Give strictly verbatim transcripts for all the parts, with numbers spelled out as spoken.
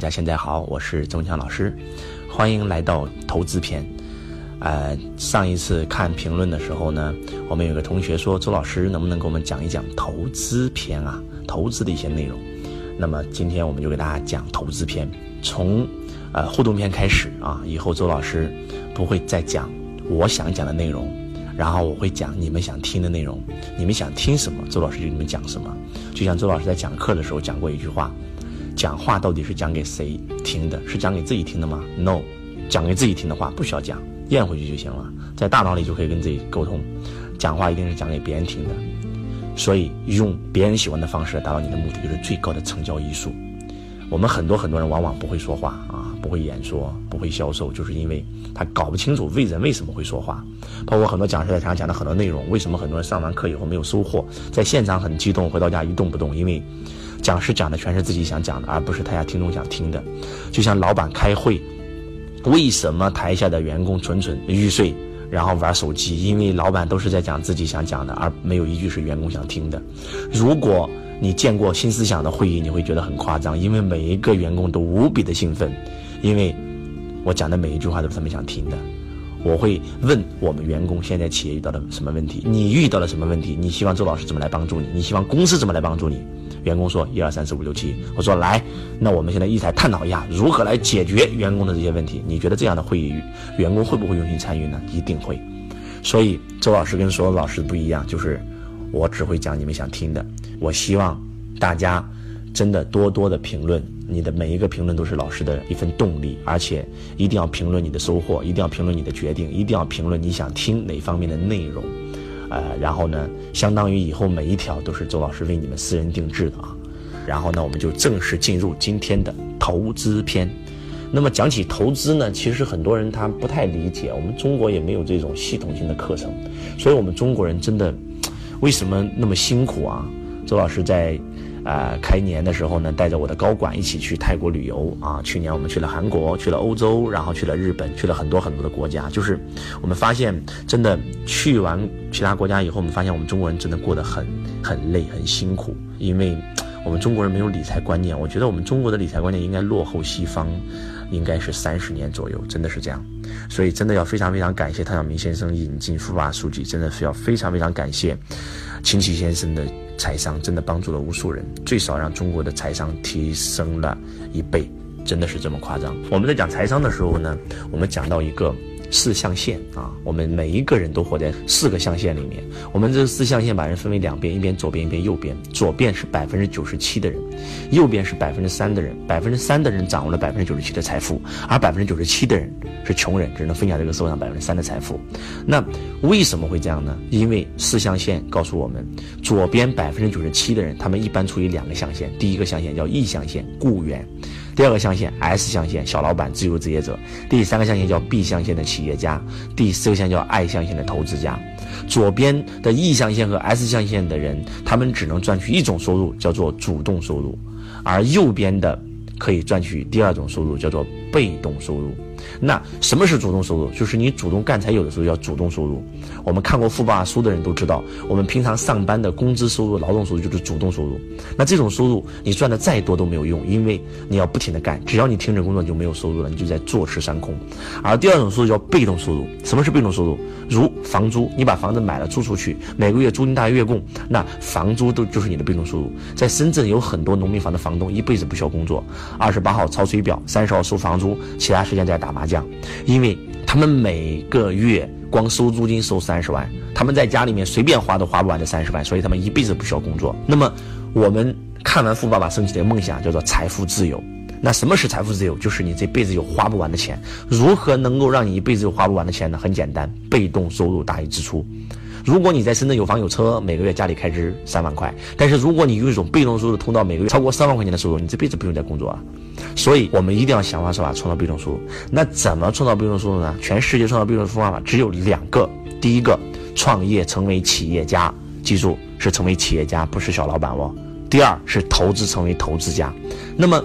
大家现在好，我是周强老师，欢迎来到投资篇。呃，上一次看评论的时候呢，我们有个同学说，周老师能不能给我们讲一讲投资篇啊，投资的一些内容。那么今天我们就给大家讲投资篇，从呃互动篇开始啊，以后周老师不会再讲我想讲的内容，然后我会讲你们想听的内容，你们想听什么，周老师就给你们讲什么。就像周老师在讲课的时候讲过一句话，讲话到底是讲给谁听的？是讲给自己听的吗 ？No， 讲给自己听的话不需要讲，咽回去就行了，在大脑里就可以跟自己沟通。讲话一定是讲给别人听的，所以用别人喜欢的方式来达到你的目的，就是最高的成交艺术。我们很多很多人往往不会说话啊，不会演说，不会销售，就是因为他搞不清楚为人为什么会说话。包括很多讲师在台上讲的很多内容，为什么很多人上完课以后没有收获，在现场很激动，回到家一动不动，因为讲师讲的全是自己想讲的，而不是台下听众想听的。就像老板开会，为什么台下的员工蠢蠢欲睡，然后玩手机？因为老板都是在讲自己想讲的，而没有一句是员工想听的。如果你见过新思想的会议，你会觉得很夸张，因为每一个员工都无比的兴奋，因为我讲的每一句话都是他们想听的。我会问我们员工现在企业遇到了什么问题，你遇到了什么问题，你希望周老师怎么来帮助你，你希望公司怎么来帮助你。员工说一二三四五六七，我说来，那我们现在一起来探讨一下如何来解决员工的这些问题。你觉得这样的会议员工会不会用心参与呢？一定会。所以周老师跟所有老师不一样，就是我只会讲你们想听的。我希望大家真的多多的评论，你的每一个评论都是老师的一份动力，而且一定要评论你的收获，一定要评论你的决定，一定要评论你想听哪方面的内容。呃，然后呢，相当于以后每一条都是周老师为你们私人定制的啊。然后呢，我们就正式进入今天的投资篇。那么讲起投资呢，其实很多人他不太理解，我们中国也没有这种系统性的课程，所以我们中国人真的为什么那么辛苦啊？周老师在呃开年的时候呢，带着我的高管一起去泰国旅游啊。去年我们去了韩国，去了欧洲，然后去了日本，去了很多很多的国家。就是我们发现，真的去完其他国家以后，我们发现我们中国人真的过得很很累，很辛苦，因为我们中国人没有理财观念。我觉得我们中国的理财观念应该落后西方，应该是三十年左右，真的是这样。所以真的要非常非常感谢汤晓明先生引进富爸数据，真的是要非常非常感谢秦启先生的财商，真的帮助了无数人，最少让中国的财商提升了一倍，真的是这么夸张。我们在讲财商的时候呢，我们讲到一个四象限啊，我们每一个人都活在四个象限里面。我们这四象限把人分为两边，一边左边，一边右边。左边是百分之九十七的人，右边是百分之三的人。百分之三的人掌握了百分之九十七的财富，而百分之九十七的人是穷人，只能分享这个社会上百分之三的财富。那为什么会这样呢？因为四象限告诉我们，左边百分之九十七的人，他们一般处于两个象限。第一个象限叫 E 象限，雇员。第二个象限 S 象限，小老板、自由职业者。第三个象限叫 B 象限的企业家。第四个象限叫 I 象限的投资家。左边的 E 象限和 S 象限的人，他们只能赚取一种收入，叫做主动收入，而右边的可以赚取第二种收入，叫做被动收入。那什么是主动收入？就是你主动干才有的时候叫主动收入。我们看过富爸书的人都知道，我们平常上班的工资收入、劳动收入就是主动收入。那这种收入你赚的再多都没有用，因为你要不停的干，只要你停止工作你就没有收入了，你就在坐吃山空。而第二种收入叫被动收入。什么是被动收入？如房租，你把房子买了租出去，每个月租金大于月供，那房租都就是你的被动收入。在深圳有很多农民房的房东一辈子不需要工作，二十八号抄水表，三十号收房租，其他时间在打麻将，因为他们每个月光收租金收三十万，他们在家里面随便花都花不完的三十万，所以他们一辈子不需要工作。那么我们看完富爸爸升起的梦想叫做财富自由。那什么是财富自由？就是你这辈子有花不完的钱。如何能够让你一辈子有花不完的钱呢？很简单，被动收入大于支出。如果你在深圳有房有车，每个月家里开支三万块，但是如果你有一种被动收入通道，每个月超过三万块钱的收入，你这辈子不用再工作了。所以我们一定要想方设法创造被动收入。那怎么创造被动收入呢？全世界创造被动收入方法只有两个。第一个，创业成为企业家，记住是成为企业家，不是小老板哦。第二是投资成为投资家。那么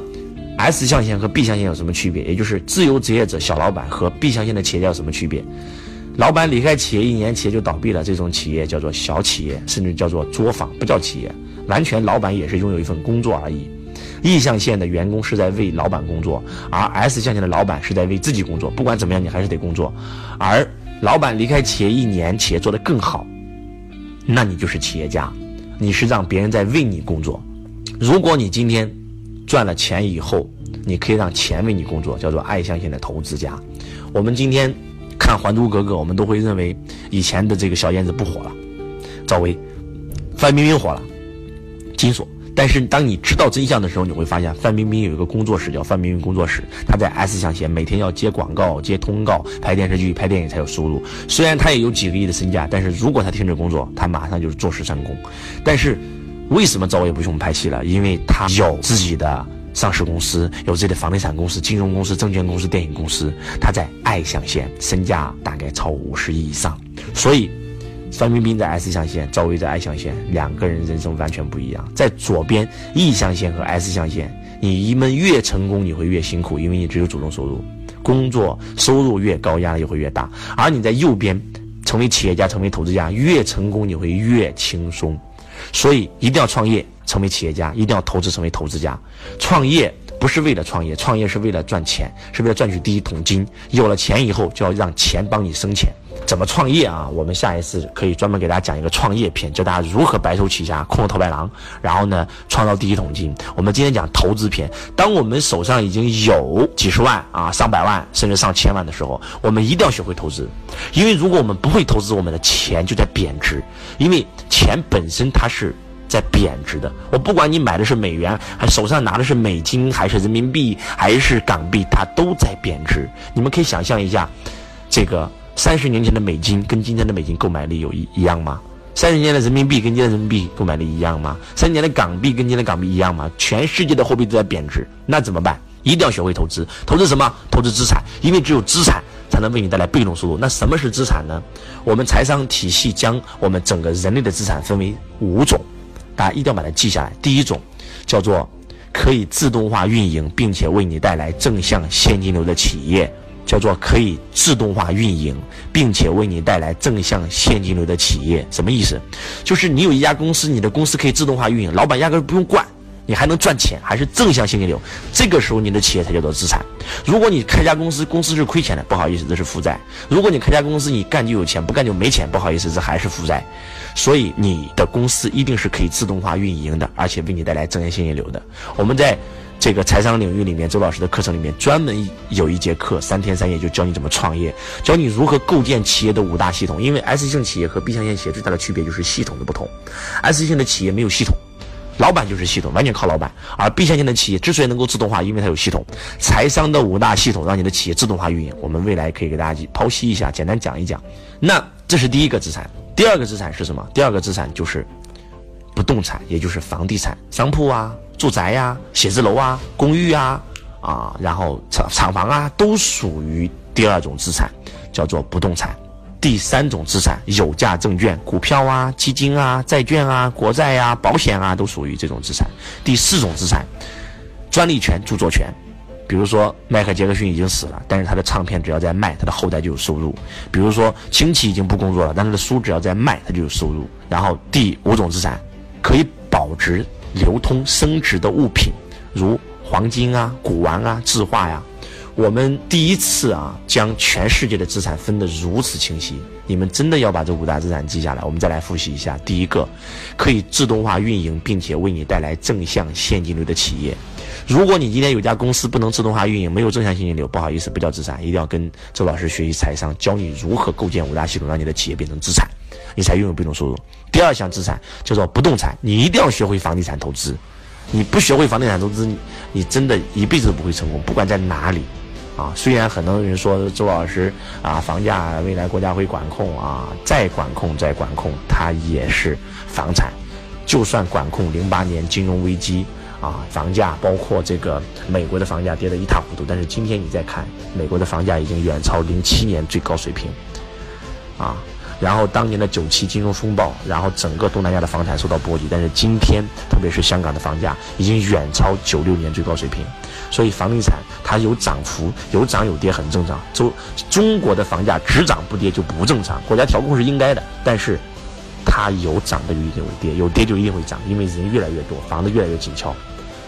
S 象限和 B 象限有什么区别？也就是自由职业者、小老板和 B 象限的企业家有什么区别？老板离开企业一年，企业就倒闭了，这种企业叫做小企业，甚至叫做作坊，不叫企业，完全老板也是拥有一份工作而已。 E 象限的员工是在为老板工作，而 S 象限的老板是在为自己工作。不管怎么样，你还是得工作。而老板离开企业一年，企业做得更好，那你就是企业家，你是让别人在为你工作。如果你今天赚了钱以后，你可以让钱为你工作，叫做爱象限的投资家。我们今天看《还珠格格》，我们都会认为以前的这个小燕子不火了，赵薇，范冰冰火了，金锁。但是当你知道真相的时候，你会发现范冰冰有一个工作室叫范冰冰工作室，她在 S 象限，每天要接广告、接通告、拍电视剧、拍电影才有收入。虽然她也有几个亿的身价，但是如果她停止工作，她马上就是坐食山空。但是为什么赵薇不用拍戏了？因为她有自己的上市公司，有自己的房地产公司、金融公司、证券公司、电影公司，她在爱象限身价大概超五十亿以上。所以范冰冰在 S 象限，赵薇在爱象限，两个人人生完全不一样。在左边 E 象限和 S 象限，你们越成功你会越辛苦，因为你只有主动收入，工作收入越高压力会越大。而你在右边成为企业家，成为投资家，越成功你会越轻松。所以一定要创业成为企业家，一定要投资成为投资家。创业不是为了创业，创业是为了赚钱，是为了赚取第一桶金。有了钱以后就要让钱帮你生钱。怎么创业啊？我们下一次可以专门给大家讲一个创业篇，教大家如何白手起家，空手套白狼，然后呢创造第一桶金。我们今天讲投资篇，当我们手上已经有几十万啊、上百万甚至上千万的时候，我们一定要学会投资。因为如果我们不会投资，我们的钱就在贬值，因为钱本身它是在贬值的。我不管你买的是美元，还手上拿的是美金，还是人民币，还是港币，它都在贬值。你们可以想象一下，这个三十年前的美金跟今天的美金购买力有一一样吗？三十年的人民币跟今天的人民币购买力一样吗？三十年的港币跟今天的港币一样吗？全世界的货币都在贬值，那怎么办？一定要学会投资。投资什么？投资资产，因为只有资产才能为你带来被动收入。那什么是资产呢？我们财商体系将我们整个人类的资产分为五种，大家一定要把它记下来。第一种叫做可以自动化运营并且为你带来正向现金流的企业，叫做可以自动化运营并且为你带来正向现金流的企业。什么意思？就是你有一家公司，你的公司可以自动化运营，老板压根不用管，你还能赚钱，还是正向现金流，这个时候你的企业才叫做资产。如果你开家公司，公司是亏钱的，不好意思，这是负债。如果你开家公司，你干就有钱，不干就没钱，不好意思，这还是负债。所以你的公司一定是可以自动化运营的，而且为你带来正向现金流的。我们在这个财商领域里面，周老师的课程里面专门有一节课，三天三夜就教你怎么创业，教你如何构建企业的五大系统。因为 S 型企业和 B 象限企业最大的区别就是系统的不同。S 型的企业没有系统，老板就是系统，完全靠老板。而 B 象限的企业之所以能够自动化，因为它有系统。财商的五大系统让你的企业自动化运营，我们未来可以给大家剖析一下，简单讲一讲。那这是第一个资产。第二个资产是什么？第二个资产就是不动产，也就是房地产、商铺啊、住宅呀、啊、写字楼啊、公寓啊啊，然后厂厂房啊，都属于第二种资产，叫做不动产。第三种资产，有价证券、股票啊、基金啊、债券啊、国债啊、保险啊，都属于这种资产。第四种资产，专利权、著作权。比如说迈克尔·杰克逊已经死了，但是他的唱片只要在卖，他的后代就有收入。比如说清崎已经不工作了，但他的书只要在卖，他就有收入。然后第五种资产，可以保值、流通、升值的物品，如黄金啊、古玩啊、字画呀。我们第一次啊，将全世界的资产分得如此清晰，你们真的要把这五大资产记下来。我们再来复习一下。第一个，可以自动化运营并且为你带来正向现金流的企业。如果你今天有家公司不能自动化运营，没有正向现金流，不好意思，不叫资产。一定要跟周老师学习财商，教你如何构建五大系统，让你的企业变成资产，你才拥有被动收入。第二项资产叫做不动产，你一定要学会房地产投资。你不学会房地产投资，你你真的一辈子都不会成功，不管在哪里啊。虽然很多人说周老师啊，房价未来国家会管控啊，再管控再管控，它也是房产。就算管控零八年金融危机啊，房价包括这个美国的房价跌得一塌糊涂，但是今天你再看，美国的房价已经远超零七年最高水平啊。然后当年的九七金融风暴，然后整个东南亚的房产受到波及，但是今天特别是香港的房价已经远超九六年最高水平。所以房地产它有涨幅，有涨有跌很正常。中中国的房价只涨不跌就不正常，国家调控是应该的，但是它有涨的就一定会跌，有跌就一定会涨，因为人越来越多，房子越来越紧俏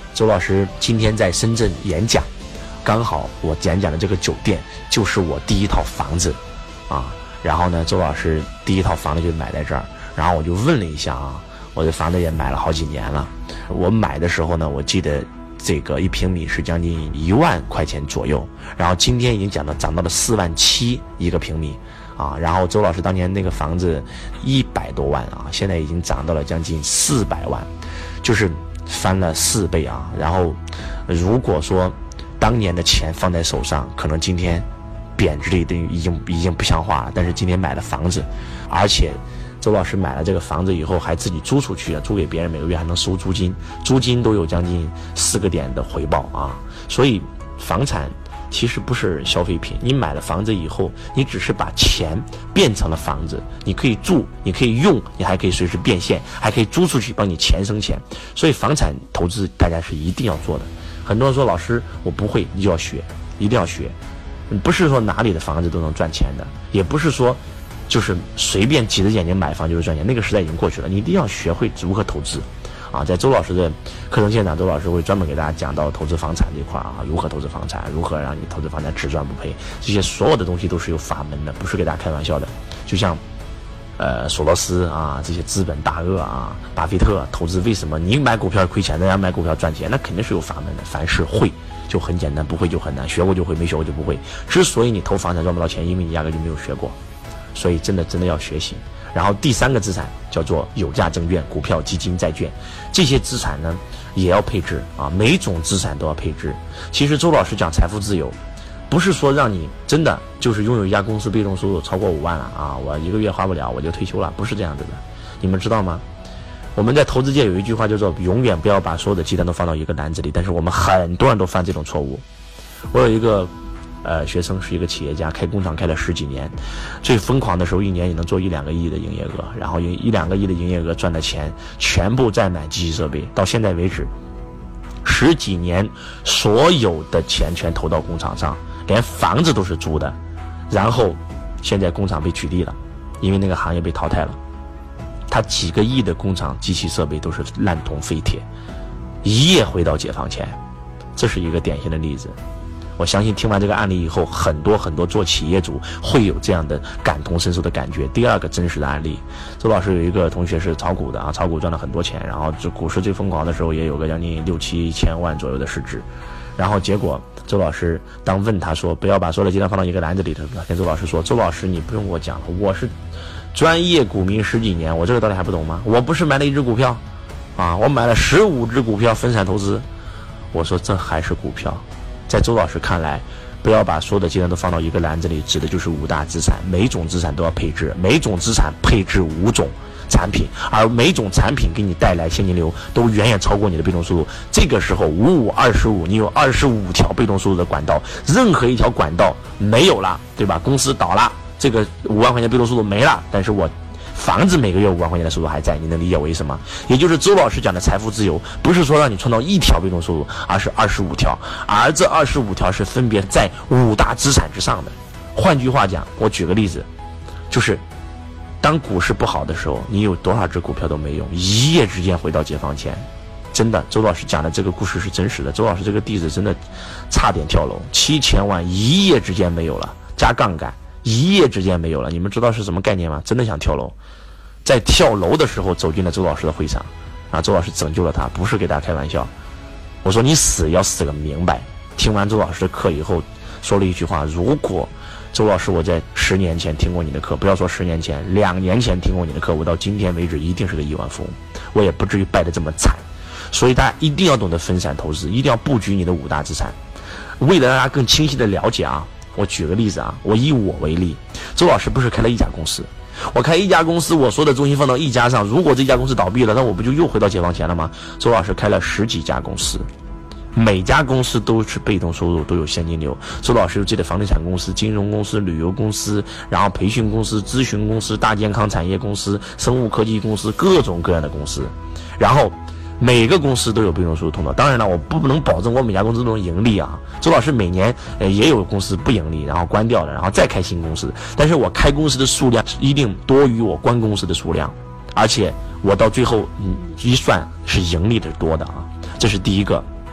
周老师今天在深圳演讲，刚好我演讲的这个酒店就是我第一套房子啊。然后呢，周老师第一套房子就买在这儿，然后我就问了一下啊，我的房子也买了好几年了。我买的时候呢，我记得这个一平米是将近一万块钱左右，然后今天已经讲到涨到了四万七一个平米啊。然后周老师当年那个房子一百多万啊，现在已经涨到了将近四百万，就是翻了四倍啊。然后如果说当年的钱放在手上，可能今天贬值的已经已经不像话了。但是今天买了房子，而且周老师买了这个房子以后还自己租出去了，租给别人，每个月还能收租金，租金都有将近四个点的回报啊。所以房产其实不是消费品，你买了房子以后，你只是把钱变成了房子，你可以住，你可以用，你还可以随时变现，还可以租出去帮你钱生钱。所以房产投资大家是一定要做的。很多人说老师我不会，你就要学，一定要学。不是说哪里的房子都能赚钱的，也不是说就是随便挤着眼睛买房就是赚钱，那个时代已经过去了。你一定要学会如何投资啊。在周老师的课程现场，周老师会专门给大家讲到投资房产这块啊，如何投资房产，如何让你投资房产只赚不赔，这些所有的东西都是有法门的，不是给大家开玩笑的。就像呃索罗斯啊，这些资本大鳄啊，巴菲特投资为什么你买股票亏钱，人家买股票赚钱，那肯定是有法门的。凡事会就很简单，不会就很难，学过就会，没学过就不会。之所以你投房产赚不到钱，因为你压根就没有学过，所以真的真的要学习。然后第三个资产叫做有价证券，股票、基金、债券，这些资产呢也要配置啊，每种资产都要配置。其实周老师讲财富自由，不是说让你真的就是拥有一家公司被动收入超过五万了啊，我一个月花不了我就退休了，不是这样子的。你们知道吗？我们在投资界有一句话叫做永远不要把所有的鸡蛋都放到一个篮子里，但是我们很多人都犯这种错误。我有一个呃学生是一个企业家，开工厂开了十几年，最疯狂的时候一年也能做一两个亿的营业额，然后一两个亿的营业额赚的钱全部再买机器设备，到现在为止十几年所有的钱全投到工厂上，连房子都是租的，然后现在工厂被取缔了，因为那个行业被淘汰了。他几个亿的工厂机器设备都是烂铜废铁，一夜回到解放前，这是一个典型的例子。我相信听完这个案例以后，很多很多做企业主会有这样的感同身受的感觉。第二个真实的案例，周老师有一个同学是炒股的啊，炒股赚了很多钱，然后就股市最疯狂的时候也有个将近六七千万左右的市值，然后结果周老师当问他说不要把所有的鸡蛋放到一个篮子里的时候，跟周老师说，周老师你不用给我讲了，我是专业股民十几年，我这个道理还不懂吗？我不是买了一只股票啊，我买了十五只股票分散投资。我说这还是股票。在周老师看来，不要把所有的鸡蛋都放到一个篮子里，指的就是五大资产，每种资产都要配置，每种资产配置五种产品，而每种产品给你带来现金流都远远超过你的被动收入。这个时候五五二十五，你有二十五条被动收入的管道，任何一条管道没有了，对吧？公司倒了，这个五万块钱被动收入没了，但是我房子每个月五万块钱的收入还在，你能理解为什么？也就是周老师讲的财富自由，不是说让你创造一条被动收入，而是二十五条，而这二十五条是分别在五大资产之上的。换句话讲，我举个例子，就是当股市不好的时候，你有多少只股票都没用，一夜之间回到解放前。真的，周老师讲的这个故事是真实的。周老师这个弟子真的差点跳楼，七千万一夜之间没有了，加杠杆一夜之间没有了。你们知道是什么概念吗？真的想跳楼，在跳楼的时候走进了周老师的会场，啊，周老师拯救了他，不是给大家开玩笑。我说你死要死个明白。听完周老师的课以后，说了一句话：如果周老师我在十年前听过你的课，不要说十年前，两年前听过你的课，我到今天为止一定是个亿万富翁，我也不至于败得这么惨。所以大家一定要懂得分散投资，一定要布局你的五大资产。为了让大家更清晰的了解啊，我举个例子啊，我以我为例，周老师不是开了一家公司，我开一家公司，我所有的重心放到一家上，如果这家公司倒闭了，那我不就又回到解放前了吗？周老师开了十几家公司，每家公司都是被动收入，都有现金流。周老师有自己的房地产公司、金融公司、旅游公司，然后培训公司、咨询公司、大健康产业公司、生物科技公司，各种各样的公司，然后每个公司都有被动收入通道。当然了，我不能保证我每家公司都能盈利啊。周老师每年呃也有公司不盈利，然后关掉了，然后再开新公司。但是我开公司的数量一定多于我关公司的数量，而且我到最后嗯一算是盈利的多的啊。这是第一个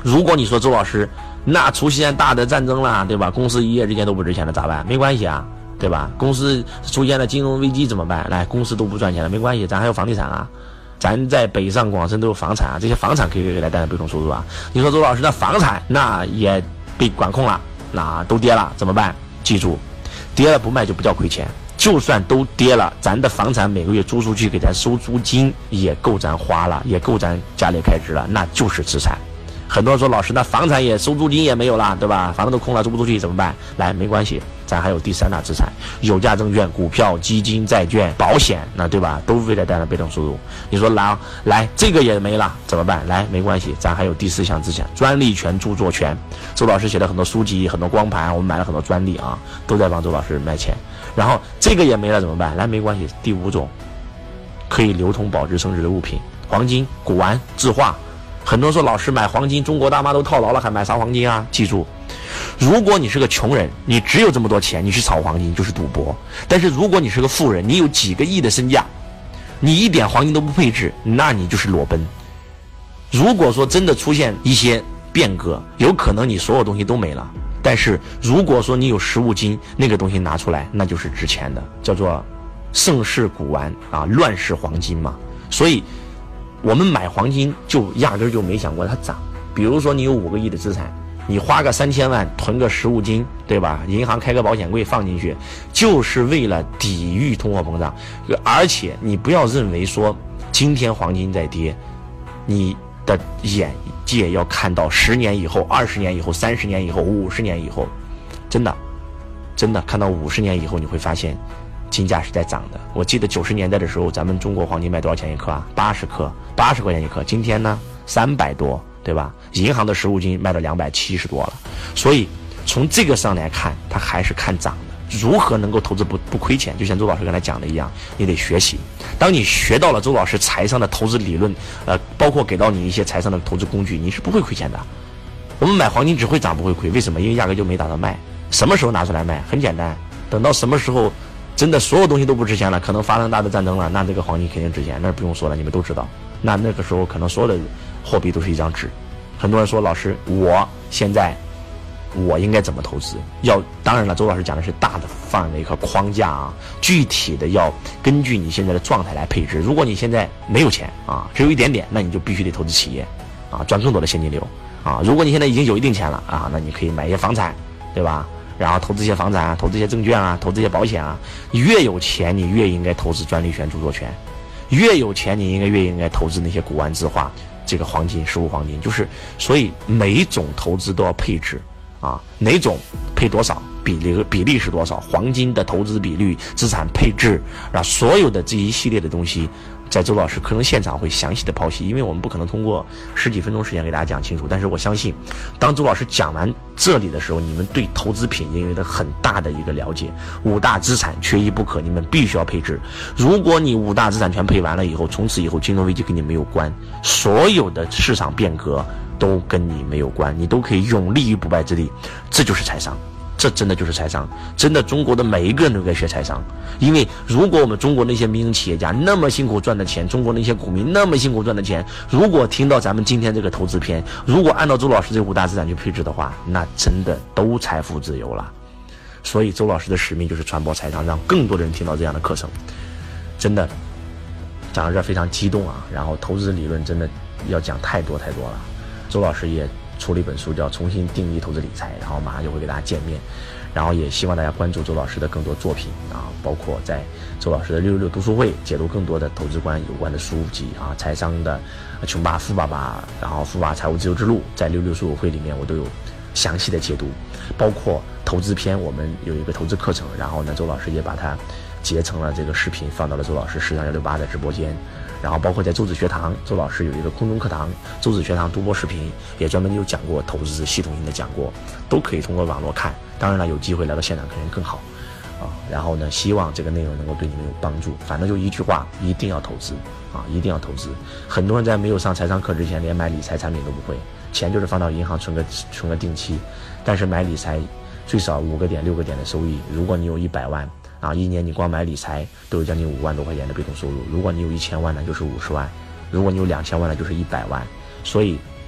如果你说周老师，那出现大的战争了，对吧？公司一夜之间都不值钱了，咋办？没关系啊，对吧？公司出现了金融危机怎么办？来，公司都不赚钱了，没关系，咱还有房地产啊，咱在北上广深都有房产啊，这些房产可以给大家带来被动收入啊。你说周老师，那房产那也被管控了，那都跌了怎么办？记住，跌了不卖就不叫亏钱。就算都跌了，咱的房产每个月租出去给咱收租金，也够咱花了，也够咱家里开支了，那就是资产。很多人说老师，那房产也收租金也没有了，对吧？房子都空了，租不出去怎么办？来，没关系，咱还有第三大资产，有价证券、股票、基金、债券、保险，那对吧？都为了带来被动收入。你说来来，这个也没了怎么办？来，没关系，咱还有第四项资产，专利权、著作权。周老师写了很多书籍，很多光盘，我们买了很多专利啊，都在帮周老师卖钱。然后这个也没了怎么办？来，没关系，第五种可以流通保值升值的物品，黄金、古玩、字画。很多人说老师买黄金，中国大妈都套牢了，还买啥黄金啊？记住，如果你是个穷人，你只有这么多钱，你去炒黄金就是赌博。但是如果你是个富人，你有几个亿的身价，你一点黄金都不配置，那你就是裸奔。如果说真的出现一些变革，有可能你所有东西都没了。但是如果说你有实物金，那个东西拿出来，那就是值钱的，叫做盛世古玩啊，乱世黄金嘛。所以我们买黄金就压根就没想过它涨。比如说你有五个亿的资产，你花个三千万囤个实物金，对吧？银行开个保险柜放进去，就是为了抵御通货膨胀。而且你不要认为说今天黄金在跌，你的眼界要看到十年以后、二十年以后、三十年以后、五十年以后，真的，真的看到五十年以后，你会发现金价是在涨的。我记得九十年代的时候，咱们中国黄金卖多少钱一克啊？八十克，八十块钱一克。今天呢，三百多，对吧？银行的实物金卖到两百七十多了。所以从这个上来看，它还是看涨的。如何能够投资不不亏钱？就像周老师刚才讲的一样，你得学习。当你学到了周老师财商的投资理论，呃，包括给到你一些财商的投资工具，你是不会亏钱的。我们买黄金只会涨不会亏，为什么？因为压根就没打算卖。什么时候拿出来卖？很简单，等到什么时候真的所有东西都不值钱了，可能发生大的战争了，那这个黄金肯定值钱，那不用说了，你们都知道。那那个时候可能所有的货币都是一张纸。很多人说老师，我现在我应该怎么投资？要当然了，周老师讲的是大的范围和框架啊，具体的要根据你现在的状态来配置。如果你现在没有钱啊，只有一点点，那你就必须得投资企业啊，赚更多的现金流啊。如果你现在已经有一定钱了啊，那你可以买一些房产，对吧？然后投资一些房产啊，投资一些证券啊，投资一些保险啊。你越有钱，你越应该投资专利权、著作权；越有钱，你应该越应该投资那些古玩字画，这个黄金、实物黄金。就是所以每一种投资都要配置。啊，哪种配多少，比例比例是多少？黄金的投资比率、资产配置，啊，所有的这一系列的东西，在周老师课程现场会详细的剖析，因为我们不可能通过十几分钟时间给大家讲清楚。但是我相信，当周老师讲完这里的时候，你们对投资品已经有了很大的一个了解。五大资产缺一不可，你们必须要配置。如果你五大资产全配完了以后，从此以后金融危机跟你没有关，所有的市场变革都跟你没有关，你都可以永立于不败之地。这就是财商，这真的就是财商。真的，中国的每一个人都该学财商。因为如果我们中国那些民营企业家那么辛苦赚的钱，中国那些股民那么辛苦赚的钱，如果听到咱们今天这个投资篇，如果按照周老师这五大资产去配置的话，那真的都财富自由了。所以周老师的使命就是传播财商，让更多的人听到这样的课程。真的讲到这儿非常激动啊，然后投资理论真的要讲太多太多了。周老师也出了一本书叫《重新定义投资理财》，然后马上就会给大家见面，然后也希望大家关注周老师的更多作品啊，包括在周老师的六六六读书会解读更多的投资观有关的书籍啊，财商的穷爸富爸爸，然后富爸财务自由之路，在六六书友会里面我都有详细的解读，包括投资篇我们有一个投资课程，然后呢周老师也把它截成了这个视频放到了周老师时尚一六八的直播间。然后包括在周子学堂，周老师有一个空中课堂，周子学堂独播视频也专门有讲过投资，系统性的讲过，都可以通过网络看。当然了，有机会来到现场肯定更好啊。然后呢，希望这个内容能够对你们有帮助。反正就一句话，一定要投资啊，一定要投资。很多人在没有上财商课之前，连买理财产品都不会，钱就是放到银行存个存个定期，但是买理财最少五个点、六个点的收益。如果你有一百万。啊，一年你光买理财都有将近五万多块钱的被动收入。如果你有一千万呢，就是五十万；如果你有两千万呢，就是一百万。所以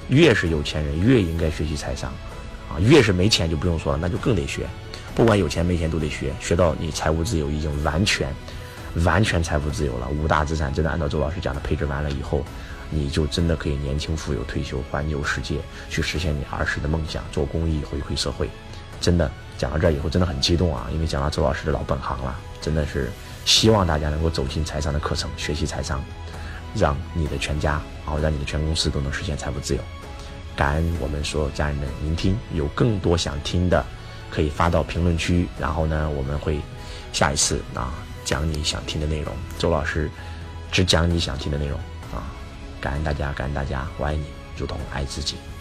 越是有钱人越应该学习财商啊，越是没钱就不用说了，那就更得学，不管有钱没钱都得学，学到你财务自由已经完全完全财富自由了。五大资产真的按照周老师讲的配置完了以后，你就真的可以年轻富有退休，环游世界，去实现你儿时的梦想，做公益回馈社会。真的讲到这儿以后真的很激动啊，因为讲到周老师的老本行了，真的是希望大家能够走进财商的课程，学习财商，让你的全家，然后让你的全公司都能实现财富自由。感恩我们所有家人的聆听，有更多想听的可以发到评论区，然后呢我们会下一次啊讲你想听的内容，周老师只讲你想听的内容啊！感恩大家，感恩大家，我爱你，如同爱自己。